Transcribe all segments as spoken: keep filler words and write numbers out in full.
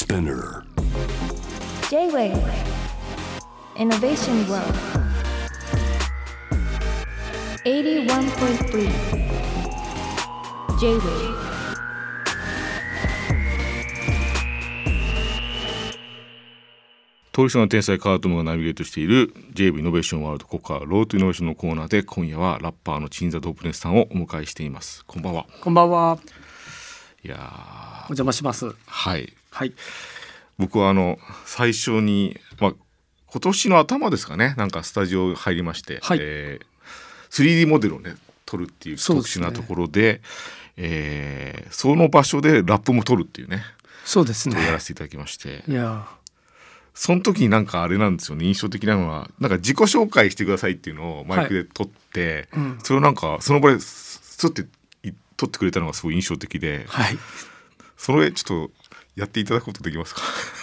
Spinner J-Wave Innovation World エイティワンポイントスリー J-Wave 通りすがりの天才カートムがナビゲートしている ジェイブイ イノベーションワールド、ここからロートイノベーションのコーナーで、今夜はラッパーのチンザドープネスさんをお迎えしています。こんばんは。 こんばんは。 いやお邪魔します。 はいはい。 僕はあの最初に、まあ、今年の頭ですかね、なんかスタジオ入りまして、 はい、 えー、スリーディー モデルをね撮るっていう特殊なところで、で、ねえー、その場所でラップも撮るっていうね、 そうですね、 やらせていただきまして、 いやその時になんかあれなんですよね、印象的なのはなんか自己紹介してくださいっていうのをマイクで撮って、はい、うん、それをなんかその場でスッて撮ってくれたのがすごい印象的で、はい、それちょっとやっていただくことできますか？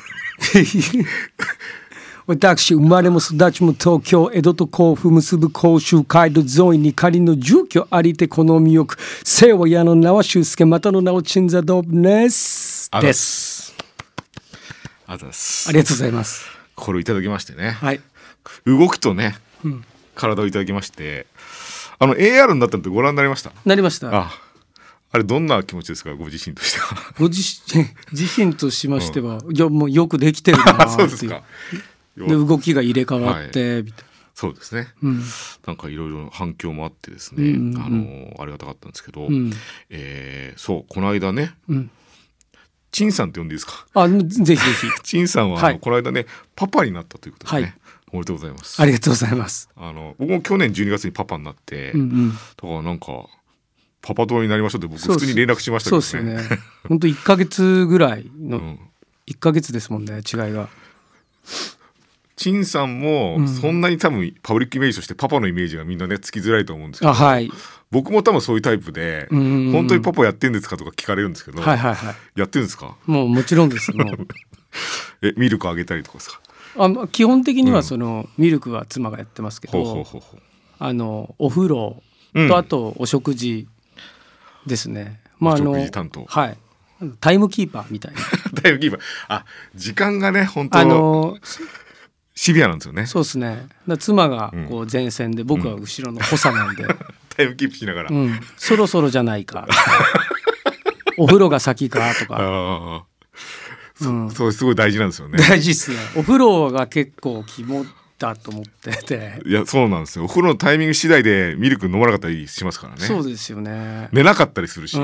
私、生まれも育ちも東京、江戸と甲府結ぶ甲州街道沿いに仮の住居ありて好みよく、姓は矢の名は修介、またの名をチンザドープネスです。 ありがとうございます。 ありがとうございます。 これをいただきましてね、 はい、 動きとね、うん、体をいただきまして、あの エーアール になったのってご覧になりました？ なりました。 ああれどんな気持ちですか、ご自身としては？ ご自身自身としましては、うん、いやもうよくできてるなそうですか。 で動きが入れ替わって、はい、みたいな。 そうですね、うん、なんかいろいろ反響もあってですね、うんうんうん、あのありがたかったんですけど、うん、えー、そうこの間ね、うん、チンさんって呼んでいいですか？ あ、ぜひぜひ。 チンさんは、はい、この間ねパパになったということでね、はい、おめでとうございます。 ありがとうございます。 あの僕も去年じゅうにがつにパパになって、うんうん、だからなんかパパ友になりましょうって僕普通に連絡しましたけどね。 そうですよね。本当いっかげつぐらいの、うん、いっかげつですもんね、違いが。 チンさんもそんなに多分パブリックイメージとしてパパのイメージがみんなねつきづらいと思うんですけど、 はい、 僕も多分そういうタイプで、うんうんうん、本当にパパやってんですかとか聞かれるんですけど、 はいはいはい、 やってるんですか？ もうもちろんですもうえミルクあげたりとかですか？ あ基本的にはその、うん、ミルクは妻がやってますけど、ほうほうほうほう、あのお風呂と、うん、あとお食事ですね。まあ、 お食事担当、 はい、タイムキーパーみたいなタイムキーパー、あ時間がね本当あのシビアなんですよね。 そうですね。だ妻がこう前線で、うん、僕は後ろの補佐なんで、うん、 タイムキープしながら、うん、 そろそろじゃないかお風呂が先かとか、 あ、うん、そ, そうすごい大事なんですよね。 大事ですね。お風呂が結構肝だと思ってて、 いやそうなんですよ。お風呂のタイミング次第でミルク飲まなかったりしますからね。 そうですよね。 寝なかったりするし、うん、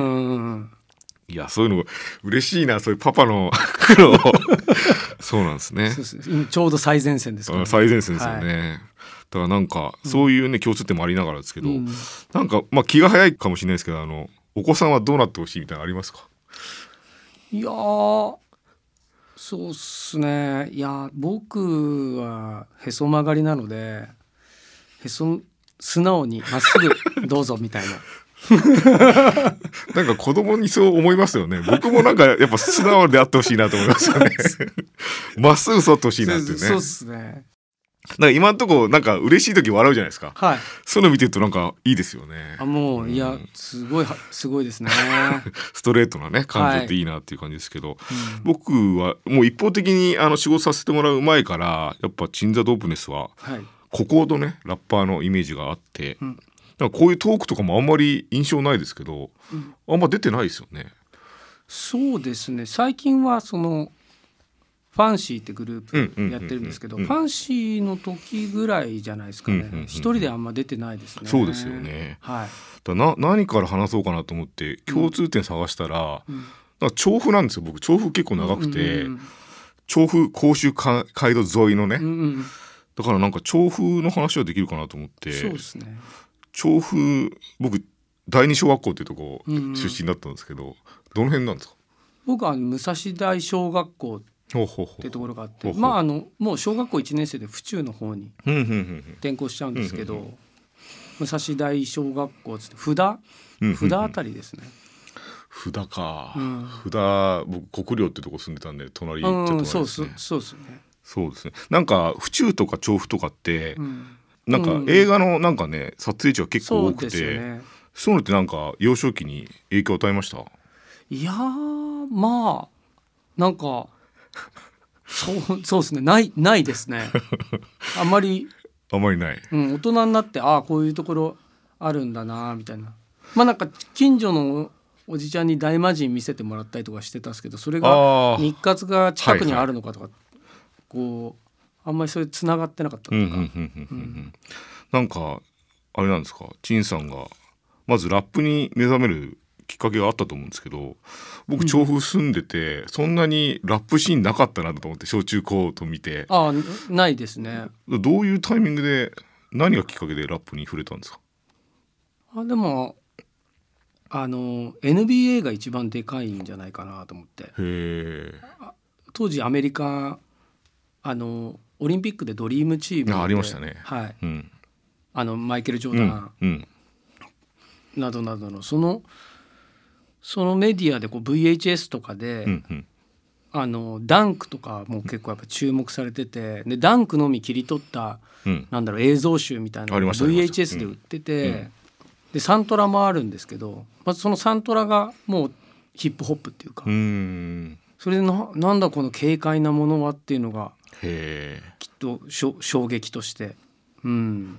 いやそういうの嬉しいな、そういうパパの苦労そうなんですね。 そうです。ちょうど最前線ですから、ね、 最前線ですよね、はい、だからなんかそういうね共通点もありながらですけど、うん、なんかまあ気が早いかもしれないですけど、あのお子さんはどうなってほしいみたいなのありますか？ いやーそうっすね。いや僕はへそ曲がりなので、へそ素直にまっすぐどうぞみたいななんか子供にそう思いますよね。僕もなんかやっぱ素直であってほしいなと思いますよねまっすぐ育ってほしいなっていうね。 そうっすね。 なんか今のところなんか嬉しい時笑うじゃないですか、はい、そういうの見てるとなんかいいですよね。 あもう、うん、いやすごいすごいですねストレートなね感情っていいなっていう感じですけど、はい、うん、僕はもう一方的にあの仕事させてもらう前からやっぱチンザドープネスはここほどねラッパーのイメージがあって、うん、なんかこういうトークとかもあんまり印象ないですけど、うん、あんま出てないですよね。 そうですね。最近はそのファンシーってグループやってるんですけど、ファンシーの時ぐらいじゃないですかね、うんうんうんうん、一人であんま出てないですね。 そうですよね、 はい、 だな何から話そうかなと思って共通点探したら、うん、なんか調布なんですよ。僕調布結構長くて、うんうんうん、調布甲州街道沿いのね、うんうん、だからなんか調布の話はできるかなと思って。 そうですね。 調布僕第二小学校っていうとこ出身だったんですけど、うんうん、どの辺なんですか？僕は武蔵大小学校ってところがあって、まああのもう小学校いちねん生で府中の方に転校しちゃうんですけど、武蔵大小学校つって札札あたりですね。 札か、うん、札僕国領ってとこ住んでたんで隣ちょっと隣ですね、うん、そうそうですね。そうですね。なんか府中とか調布とかって、うん、なんか映画のなんかね撮影地は結構多くて、そうですよね。そういうのってなんか幼少期に影響を与えました？ いやーまあなんかそうそうですね、ないないですねあんまりあんまりない、 うん、大人になってああこういうところあるんだなみたいな。まあなんか近所のおじちゃんに大魔神見せてもらったりとかしてたんですけど、それが日活が近くにあるのかとか、はいはい、こうあんまりそれつながってなかったとか、 なんかあれなんですか、陳さんがまずラップに目覚めるきっかけがあったと思うんですけど、僕調布住んでて、うん、そんなにラップシーンなかったなと思って小中高と見て。 ああ、ないですね。 どういうタイミングで何がきっかけでラップに触れたんですか？ あでもあの エヌビーエー が一番でかいんじゃないかなと思って。 へ当時アメリカあのオリンピックでドリームチームであ, ありましたね、 はいうん、 あのマイケル・ジョーダン、うんうん、などなどのそのそのメディアでこう ブイエイチエス とかで、うんうん、あのダンクとかも結構やっぱ注目されてて、でダンクのみ切り取った、うん、なんだろう映像集みたいなのが ブイエイチエス で売ってて、うんうん、でサントラもあるんですけど、まずそのサントラがもうヒップホップっていうか、うーんそれで な, なんだこの軽快なものはっていうのがへきっと衝撃として、うん、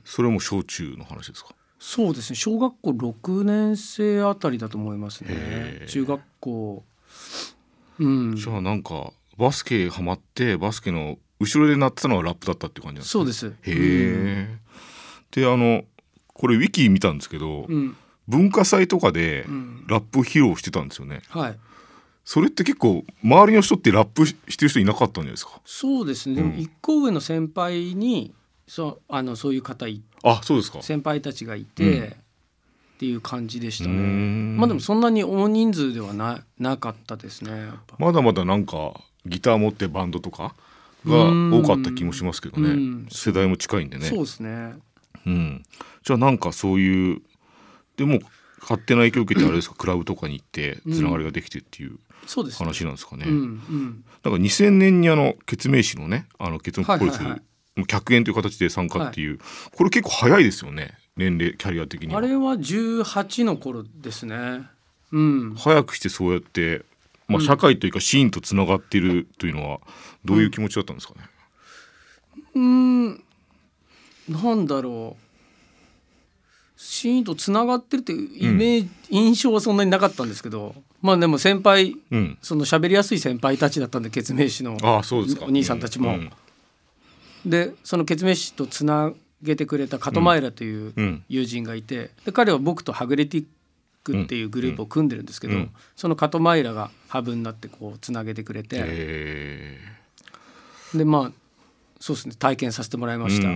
それも小中の話ですか？ そうですね、小学校ろくねん生あたりだと思いますね。中学校、うん、 じゃあなんかバスケハマってバスケの後ろで鳴ってたのはラップだったっていう感じなんですか？ そうです。へえ、うん、であのこれウィキ見たんですけど、うん、文化祭とかでラップ披露してたんですよね、 うん、はい。 それって結構周りの人ってラップしてる人いなかったんじゃないですか？ そうですね、うん、一個上の先輩にそうあのそういう方いあそうですか先輩たちがいて、うん、っていう感じでしたね。まあでもそんなに大人数では な, なかったですね。やっぱまだまだなんかギター持ってバンドとかが多かった気もしますけどね。世代も近いんでね。 そうですね、 うん、じゃあなんかそういうでも勝手な影響を受けてあれですかクラブとかに行ってつながりができてっていう話なんですかね。 うんうん、 だからにせんねんにあのケツメイシのねあのケツのプロレス、はいはいはい、客演という形で参加っていう、はい、これ結構早いですよね年齢キャリア的には。 あれはじゅうはちの頃ですね、うん、 早くしてそうやって、まあ、社会というかシーンとつながっているというのはどういう気持ちだったんですかね。 うん、うんなんだろうシーンとつながってるっていうイメージ、うん、印象はそんなになかったんですけど、まあでも先輩、うん、その喋りやすい先輩たちだったんでケツメイシのお兄さんたちも、うんうん、でそのケツメイシとつなげてくれたカトマイラという友人がいて、うん、で彼は僕とハグレティックっていうグループを組んでるんですけど、うん、そのカトマイラがハブになってこうつなげてくれて、でまあそうですね体験させてもらいました、うんうん、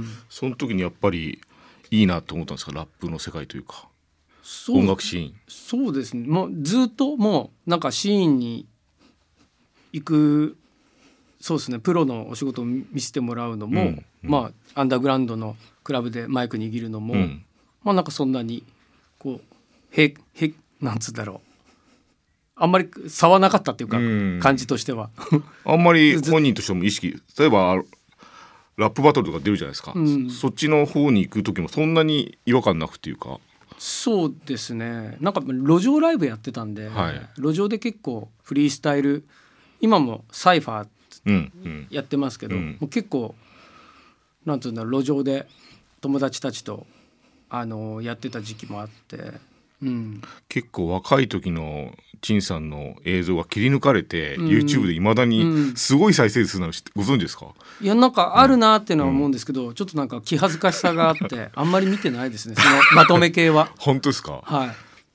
その時にやっぱりいいなと思ったんですかラップの世界というか音楽シーン。 そうですねもうずっともうなんかシーンに行くそうですねプロのお仕事を見せてもらうのも、うんうん、まあアンダーグラウンドのクラブでマイク握るのも、うん、まあなんかそんなにこうへへなんつうんだろうあんまり差はなかったっていうか、うん、感じとしてはあんまり本人としても意識例えばラップバトルとか出るじゃないですか、うん、そっちの方に行く時もそんなに違和感なくっていうか。 そうですねなんか路上ライブやってたんで、はい、路上で結構フリースタイル今もサイファーやってますけど、うんうん、もう結構なんていうんだろう路上で友達たちとあのやってた時期もあって、うん、 結構若い時の陳さんの映像が切り抜かれて、うん、YouTube でいまだにすごい再生数なのご存知ですか？ いやなんかあるなっていうのは思うんですけど、うん、ちょっとなんか気恥ずかしさがあってあんまり見てないですねそのまとめ系は。 本当ですか？ はい。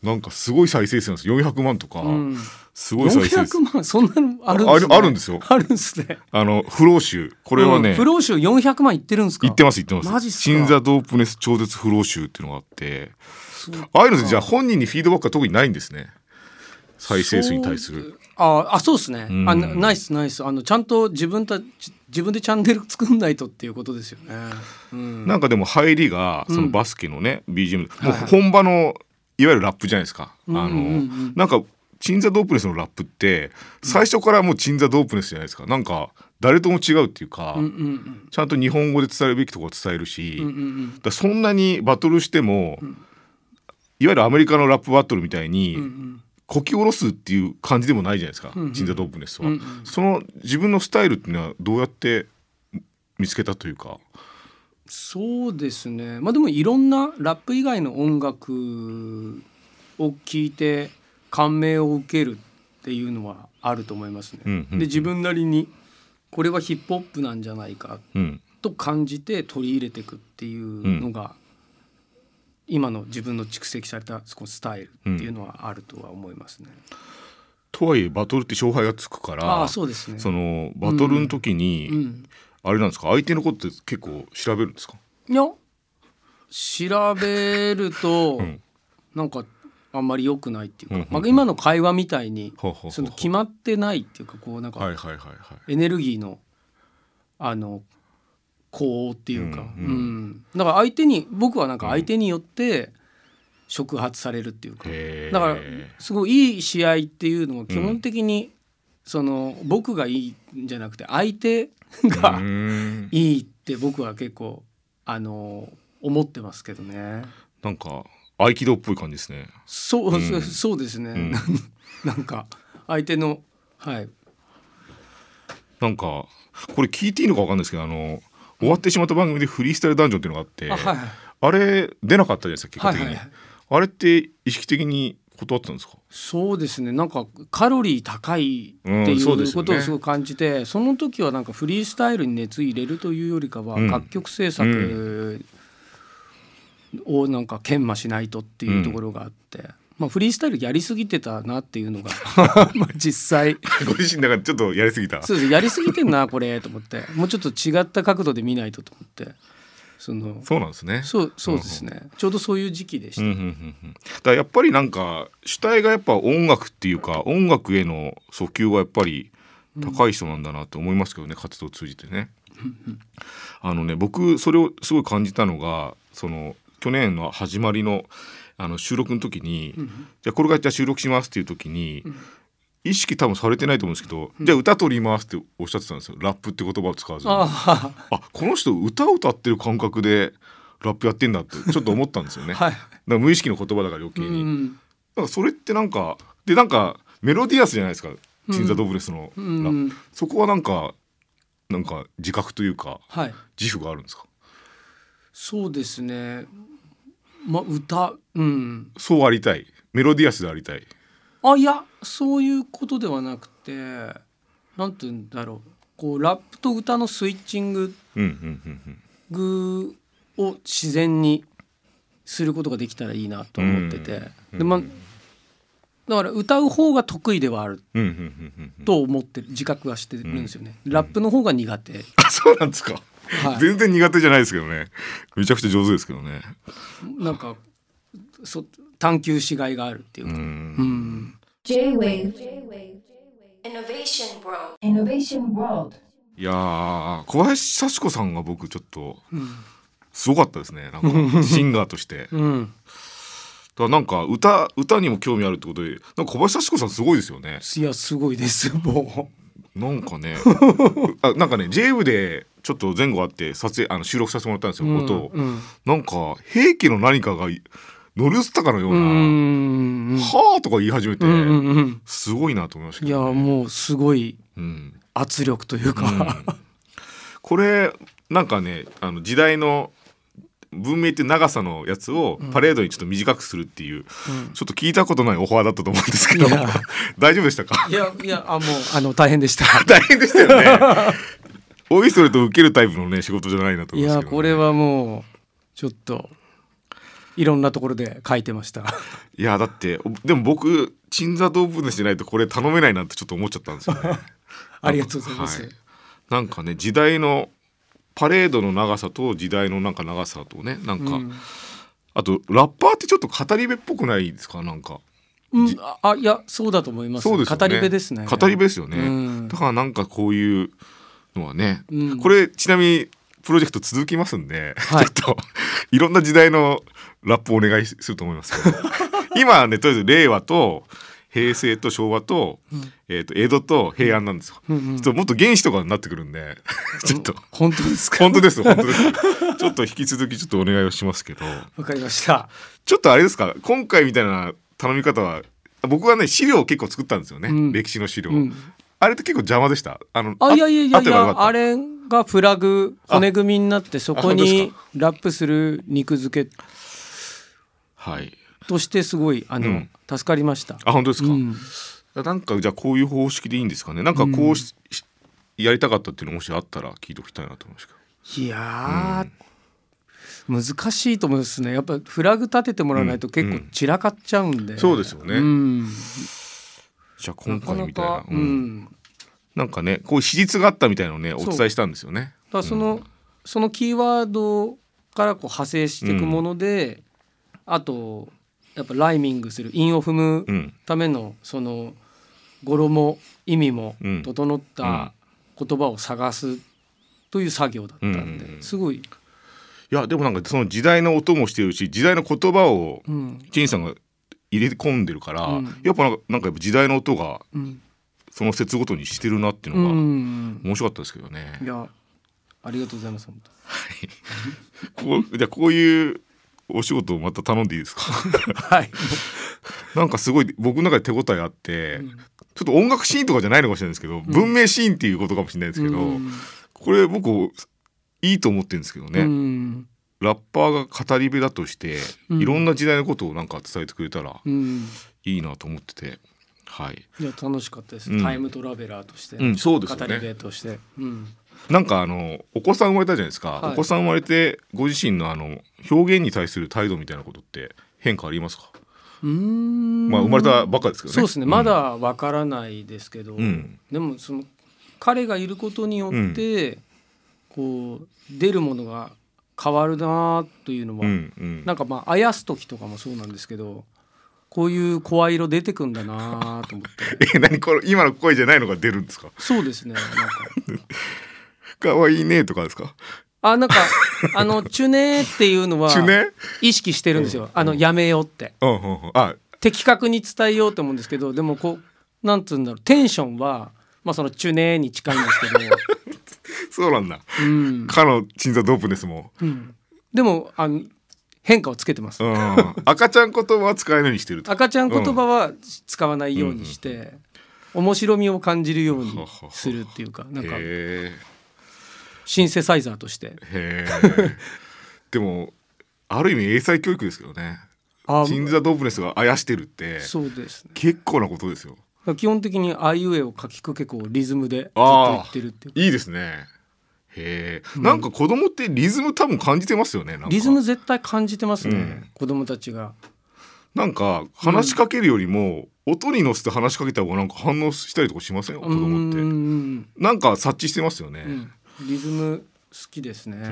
なんかすごい再生数なんですよんひゃくまんとか、うん、すごい再生数よんひゃくまんそんなのあるんですね。 あ, あるんですよ。 あるんですね。あの不老臭これはね、うん、 不老臭よんひゃくまんいってるんですか？ いってますいってます。 マジっすか？ シンザドープネス超絶不老臭っていうのがあってああいうのでじゃあ本人にフィードバックは特にないんですね再生数に対する。 ああそうですね、うん、あナイスナイスあのちゃんと自分た自分でチャンネル作んないとっていうことですよね、 うん、なんかでも入りがそのバスケのね、うん、ビージーエム もう本場のいわゆるラップじゃないですか、はい、あの、うんうんうん、なんかチンザドープネスのラップって最初からもうチンザドープネスじゃないですか。なんか誰とも違うっていうか、うんうんうん、ちゃんと日本語で伝えるべきところを伝えるし、うんうんうん、だそんなにバトルしても、うん、いわゆるアメリカのラップバトルみたいに、うんうんこき下ろすっていう感じでもないじゃないですか、うんうん、鎮座ドープネスは、うんうん、その自分のスタイルっていうのはどうやって見つけたというか。 そうですね、まあ、でもいろんなラップ以外の音楽を聴いて感銘を受けるっていうのはあると思いますね、うんうんうん、で自分なりにこれはヒップホップなんじゃないかと感じて取り入れていくっていうのが、うん、今の自分の蓄積されたスタイルっていうのはあるとは思いますね、うん、 とはいえバトルって勝敗がつくから、 ああそうですね、 そのバトルの時に、うんうんあれなんですか、相手のことって結構調べるんですか？ いや調べると、うん、なんかあんまり良くないっていうか、うんうんうんまあ、今の会話みたいにほうほうほうその決まってないっていうかこうなんかエネルギーのあのこうっていうか、うんうんうん、だから相手に僕はなんか相手によって触発されるっていうか、うん、だからすごいいい試合っていうのは基本的に、うん、その僕がいいんじゃなくて相手がいいって僕は結構あの思ってますけどね。 なんか合気道っぽい感じですね。 そう、うん、そうですね、うん、なんか相手のはいなんかこれ聞いていいのか分かんないですけどあの終わってしまった番組でフリースタイルダンジョンっていうのがあって あ,、はいはい、あれ出なかったじゃないですか結果的に、はいはいはい、あれって意識的に断ってたんですか？ そうですね、なんかカロリー高いっていうことをすごく感じて、うん そ, ね、その時はなんかフリースタイルに熱入れるというよりかは、うん、楽曲制作をなんか研磨しないとっていうところがあって、うんまあ、フリースタイルやりすぎてたなっていうのがまあ実際ご自身だからちょっとやりすぎた。 そうです、やりすぎてんなこれと思ってもうちょっと違った角度で見ないとと思ってそのそうなんですね。 そう、そうですね、うんうん、ちょうどそういう時期でした、うんうんうん、 だからやっぱりなんか主体がやっぱ音楽っていうか音楽への訴求がやっぱり高い人なんだなと思いますけどね、うん、活動を通じてねあのね僕それをすごい感じたのがその去年の始まりのあの収録の時に、うん、じゃあこれからじゃあ収録しますっていう時に、うん、意識多分されてないと思うんですけど、うん、じゃあ歌取りますっておっしゃってたんですよ。ラップって言葉を使わずに あ, あこの人歌を歌ってる感覚でラップやってんだってちょっと思ったんですよね、はい、だから無意識の言葉だから余計に、うん、だからそれってなんかでなんかメロディアスじゃないですか鎮座ドブレスのラップ、うん、そこはなんかなんか自覚というか、はい、自負があるんですか？ そうですね、まあ、歌、うん、 そうありたいメロディアスでありたい。 あいやそういうことではなくてなんて言うんだろうこうラップと歌のスイッチングを自然にすることができたらいいなと思ってて、うん、でまあだから歌う方が得意ではあると思ってる自覚はしてるんですよね、うん、ラップの方が苦手。 あそうなんですか、はい、全然苦手じゃないですけどねめちゃくちゃ上手ですけどね。 なんかそ探求しがいがあるっていうか、うん、うん、J-Wave Innovation World Innovation World いやー小林幸子さんが僕ちょっとすごかったですねなんかシンガーとして、うん、だからなんか 歌, 歌にも興味あるってことでなんか小林幸子さんすごいですよね。 いやすごいですもうなんかねあなんかね ジェイウェーブ でちょっと前後あって撮影あの収録させてもらったんですよ、うん、音を、うん、なんか兵器の何かが乗り移ったかのようなうんはーとか言い始めて、うんうんうん、すごいなと思いましたけど、 ね、いやもうすごい圧力というか、うんうん、 これなんかねあの時代の文明って長さのやつをパレードにちょっと短くするっていう、うん、ちょっと聞いたことないオファーだったと思うんですけど大丈夫でしたか？ いやいやあもうあの大変でした大変でしたよねおいそれと受けるタイプのね仕事じゃないなと思いますけど、ね、 いやこれはもうちょっといろんなところで書いてましたいやだってでも僕鎮座ドープネスじゃないとこれ頼めないなってちょっと思っちゃったんですよねありがとうございます、 はい、なんかね時代のパレードの長さと時代のなんか長さとねなんか、うん、あとラッパーってちょっと語り部っぽくないですかなんか、 うん、あいやそうだと思います。そうですよね、語り部ですね。 語り部ですよね、うん、だからなんかこういうのはね、うん、これちなみにプロジェクト続きますんで、はい、ちょっといろんな時代のラップをお願いすると思いますけど今はねとりあえず令和と平成と昭和と、うんえー、と江戸と平安なんですよ、うんうん、ちょっともっと原始とかになってくるんでちょっと本当ですか？ 本当です本当ですちょっと引き続きちょっとお願いをしますけど。 わかりました。 ちょっとあれですか今回みたいな頼み方は僕はね資料を結構作ったんですよね、うん、歴史の資料、うん、あれって結構邪魔でした。あのあいやいやいやいや、あれがフラグ骨組みになって、そこにラップする肉付けはいとしてすごいあの、うん、助かりました。 あ本当ですか、うん、なんかじゃあこういう方式でいいんですかね。なんかこうし、うん、やりたかったっていうのもしあったら聞いておきたいなと思いますけど。 いやー、うん、難しいと思いますね。やっぱフラグ立ててもらわないと結構散らかっちゃうんで、 うん、そうですよね、うん、じゃあ今回みたいな、 なかなか、うん、 なんかねこういう史実があったみたいなのをねお伝えしたんですよね。 だからその、うん、そのキーワードからこう派生していくもので、うん、あとやっぱライミングする韻を踏むためのその語呂も意味も整った言葉を探すという作業だったんで、すごい。いやでもなんかその時代の音もしてるし、時代の言葉を陳さんが入れ込んでるから、うん、やっぱなんかなんかやっぱ時代の音がその節ごとにしてるなっていうのが面白かったですけどね。 いやありがとうございます本当こうじゃあこういうお仕事をまた頼んでいいですかはいなんかすごい僕の中で手応えあって、うん、ちょっと音楽シーンとかじゃないのかもしれないですけど、うん、文明シーンっていうことかもしれないですけど、うん、これ僕いいと思ってるんですけどね、うん、ラッパーが語り部だとして、うん、いろんな時代のことをなんか伝えてくれたらいいなと思ってて、はい、 いや楽しかったです、うん、タイムトラベラーとして、 うん、そうですよね、 語り部として、うん、 なんかあのお子さん生まれたじゃないですか、はい、お子さん生まれてご自身のあの表現に対する態度みたいなことって変化ありますか？ うーん、 まあ生まれたばっかですけどね。 そうですね、まだわからないですけど、うん、でもその彼がいることによって、うん、こう出るものが変わるなというのは、うんうん、なんかまああやす時とかもそうなんですけど、こういう声色出てくんだなと思ってえ、何これ今の声じゃないのが出るんですか？ そうですね、なんかかわいいねとかですか？ あ、なんかあのチュネーっていうのは意識してるんですよ、うん、あのやめようって、うんうんうん、あ的確に伝えようと思うんですけど、でもこうなんつうんだろう、テンションはまあそのチュネーに近いんですけどそうなんだ、うん、かの鎮座ドープネスも、うん、 でもあの変化をつけてます、うん、 赤ちゃん言葉は使えないようにしてると。 赤ちゃん言葉は使わないようにして、うんうん、面白みを感じるようにするっていうか、なんかシンセサイザーとして。へでもある意味英才教育ですけどね。鎮座ドープネスがあやしてるって、 そうですね、 結構なことですよ。 基本的にあいうえを書きくけこうリズムでずっと言ってるっていう。 いいですね。へえ、うん、なんか子供ってリズム多分感じてますよね。なんかリズム絶対感じてますね、うん、子供たちが。 なんか話しかけるよりも、うん、音に乗せて話しかけた方がなんか反応したりとかしません？子供ってんなんか察知してますよね、 うん、リズム好きですね、うん、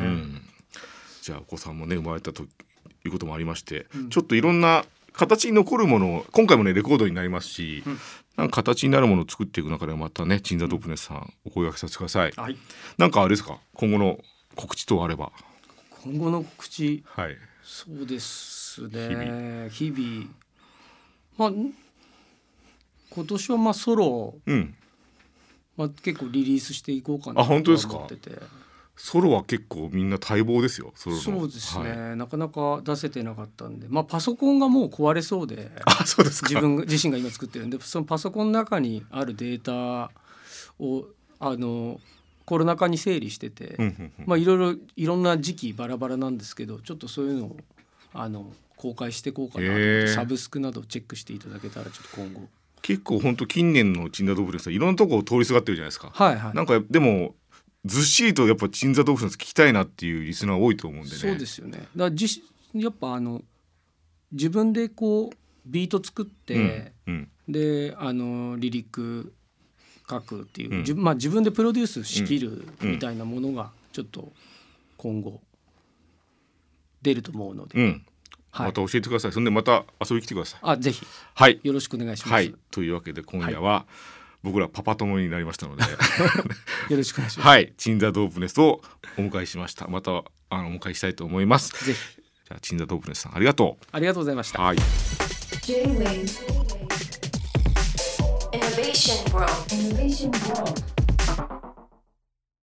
じゃあお子さんもね生まれたということもありまして、うん、ちょっといろんな形に残るものを今回もねレコードになりますし、うん、なんか形になるものを作っていく中でまたね鎮座ドープネスさんお声掛けさせてください、はい、なんかあれですか、今後の告知等あれば。 今後の告知、 はい、 そうですね、日々、日々まあ今年はまあソロ、うんまあ、結構リリースしていこうかなと思ってて。あ、本当ですか？ ソロは結構みんな待望ですよ。ソロのそうですね、はい、なかなか出せてなかったんで、まあ、パソコンがもう壊れそうで、 あ、そうですか。 自分自身が今作ってるんで、そのパソコンの中にあるデータをあのコロナ禍に整理してて、うんうんうん、まあ、いろいろいろんな時期バラバラなんですけど、ちょっとそういうのをあの公開していこうかなと思って、サブスクなどをチェックしていただけたらちょっと今後。 結構本当近年の鎮座ドープネスはいろんなところを通りすがってるじゃないですか、 はいはい、 なんかでもずっしりとやっぱ鎮座ドープネス聞きたいなっていうリスナー多いと思うんでね。 そうですよね。だからじやっぱあの自分でこうビート作って、うんうん、であのリリック書くっていう、うん、まあ、自分でプロデュースしきるみたいなものがちょっと今後出ると思うので、うん、 はい、また教えてください。そんでまた遊びに来てください。 あ、ぜひ、 はい、 よろしくお願いします、 はい、というわけで今夜は、はい、僕らパパ友になりましたのでよろしくお願いします。 はい、鎮座ドープネスをお迎えしました。またあのお迎えしたいと思います。 ぜひ。 じゃあ鎮座ドープネスさんありがとう。 ありがとうございました。 はい。 J-Wave Innovation World Innovation World